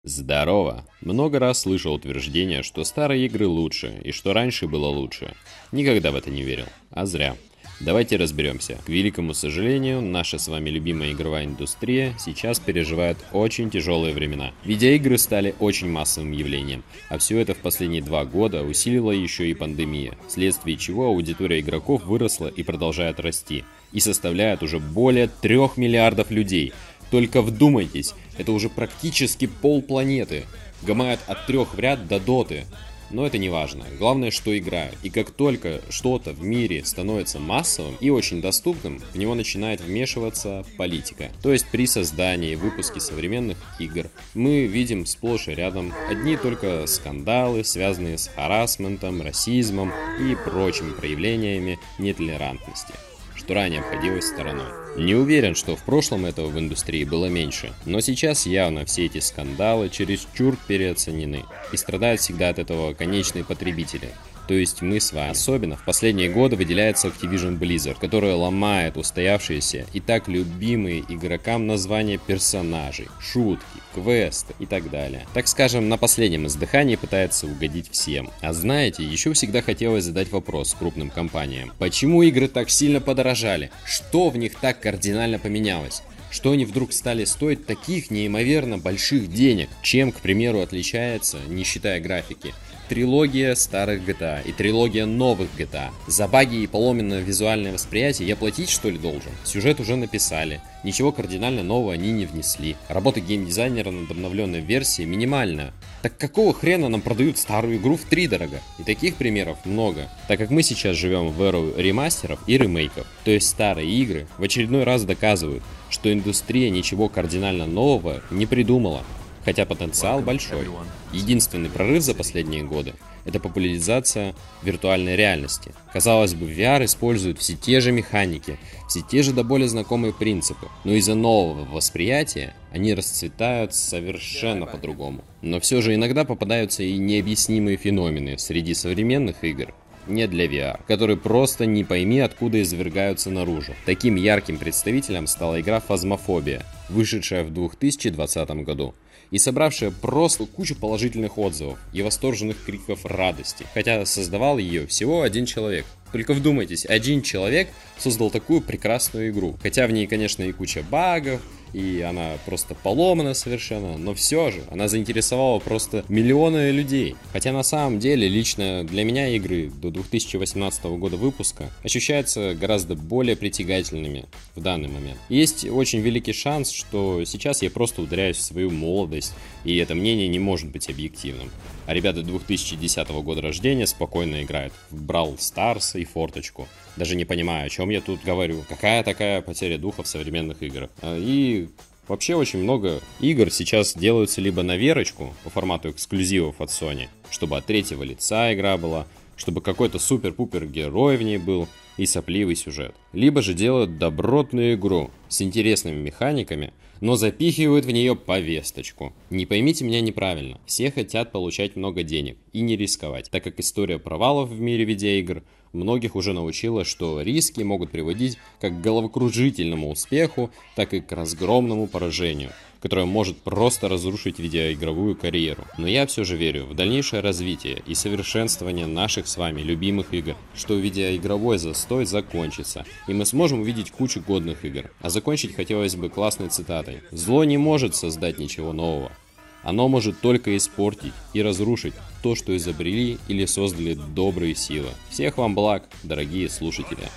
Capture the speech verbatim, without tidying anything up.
Здорово! Много раз слышал утверждение, что старые игры лучше и что раньше было лучше. Никогда в это не верил. А зря. Давайте разберемся. К великому сожалению, наша с вами любимая игровая индустрия сейчас переживает очень тяжелые времена. Видеоигры стали очень массовым явлением, а все это в последние два года усилила еще и пандемия, вследствие чего аудитория игроков выросла и продолжает расти, и составляет уже более трех миллиардов людей. Только вдумайтесь, это уже практически полпланеты. Гамают от трех в ряд до доты. Но это не важно. Главное, что играют. И как только что-то в мире становится массовым и очень доступным, в него начинает вмешиваться политика. То есть при создании и выпуске современных игр мы видим сплошь и рядом одни только скандалы, связанные с харассментом, расизмом и прочими проявлениями нетолерантности, что ранее обходилось стороной. Не уверен, что в прошлом этого в индустрии было меньше, но сейчас явно все эти скандалы чересчур переоценены, и страдают всегда от этого конечные потребители. То есть мы с вами. Особенно в последние годы выделяется Activision Blizzard, которая ломает устоявшиеся и так любимые игрокам названия персонажей, шутки, квесты и так далее. Так скажем, на последнем издыхании пытается угодить всем. А знаете, еще всегда хотелось задать вопрос крупным компаниям. Почему игры так сильно подорожали? Что в них так кардинально поменялось? Что они вдруг стали стоить таких неимоверно больших денег? Чем, к примеру, отличается, не считая графики, трилогия старых джи ти эй и трилогия новых джи ти эй? За баги и поломенное визуальное восприятие я платить, что ли, должен? Сюжет уже написали, ничего кардинально нового они не внесли. Работа геймдизайнера над обновленной версией минимальная. Так какого хрена нам продают старую игру втридорога? И таких примеров много, так как мы сейчас живем в эру ремастеров и ремейков. То есть старые игры в очередной раз доказывают, что индустрия ничего кардинально нового не придумала. Хотя потенциал большой. Единственный прорыв за последние годы – это популяризация виртуальной реальности. Казалось бы, ви ар использует все те же механики, все те же до боли знакомые принципы, но из-за нового восприятия они расцветают совершенно по-другому. Но все же иногда попадаются и необъяснимые феномены среди современных игр, не для ви ар, которые просто не пойми откуда извергаются наружу. Таким ярким представителем стала игра Phasmophobia, вышедшая в две тысячи двадцатом году и собравшая просто кучу положительных отзывов и восторженных криков радости, хотя создавал ее всего один человек. Только вдумайтесь, один человек создал такую прекрасную игру, хотя в ней, конечно, и куча багов, и она просто поломана совершенно, но все же она заинтересовала просто миллионы людей. Хотя на самом деле лично для меня игры до две тысячи восемнадцатого года выпуска ощущаются гораздо более притягательными в данный момент. Есть очень великий шанс, что сейчас я просто ударяюсь в свою молодость, и это мнение не может быть объективным. А ребята две тысячи десятого года рождения спокойно играют в Brawl Stars и Форточку. Даже не понимаю, о чем я тут говорю. Какая такая потеря духа в современных играх. И вообще очень много игр сейчас делаются либо на верочку по формату эксклюзивов от Sony, чтобы от третьего лица игра была, чтобы какой-то супер-пупер герой в ней был и сопливый сюжет. Либо же делают добротную игру с интересными механиками, но запихивают в нее повесточку. Не поймите меня неправильно, все хотят получать много денег и не рисковать, так как история провалов в мире видеоигр многих уже научила, что риски могут приводить как к головокружительному успеху, так и к разгромному поражению, которое может просто разрушить видеоигровую карьеру. Но я все же верю в дальнейшее развитие и совершенствование наших с вами любимых игр, что видеоигровой застой закончится, и мы сможем увидеть кучу годных игр. А закончить хотелось бы классной цитатой: «Зло не может создать ничего нового. Оно может только испортить и разрушить то, что изобрели или создали добрые силы». Всех вам благ, дорогие слушатели!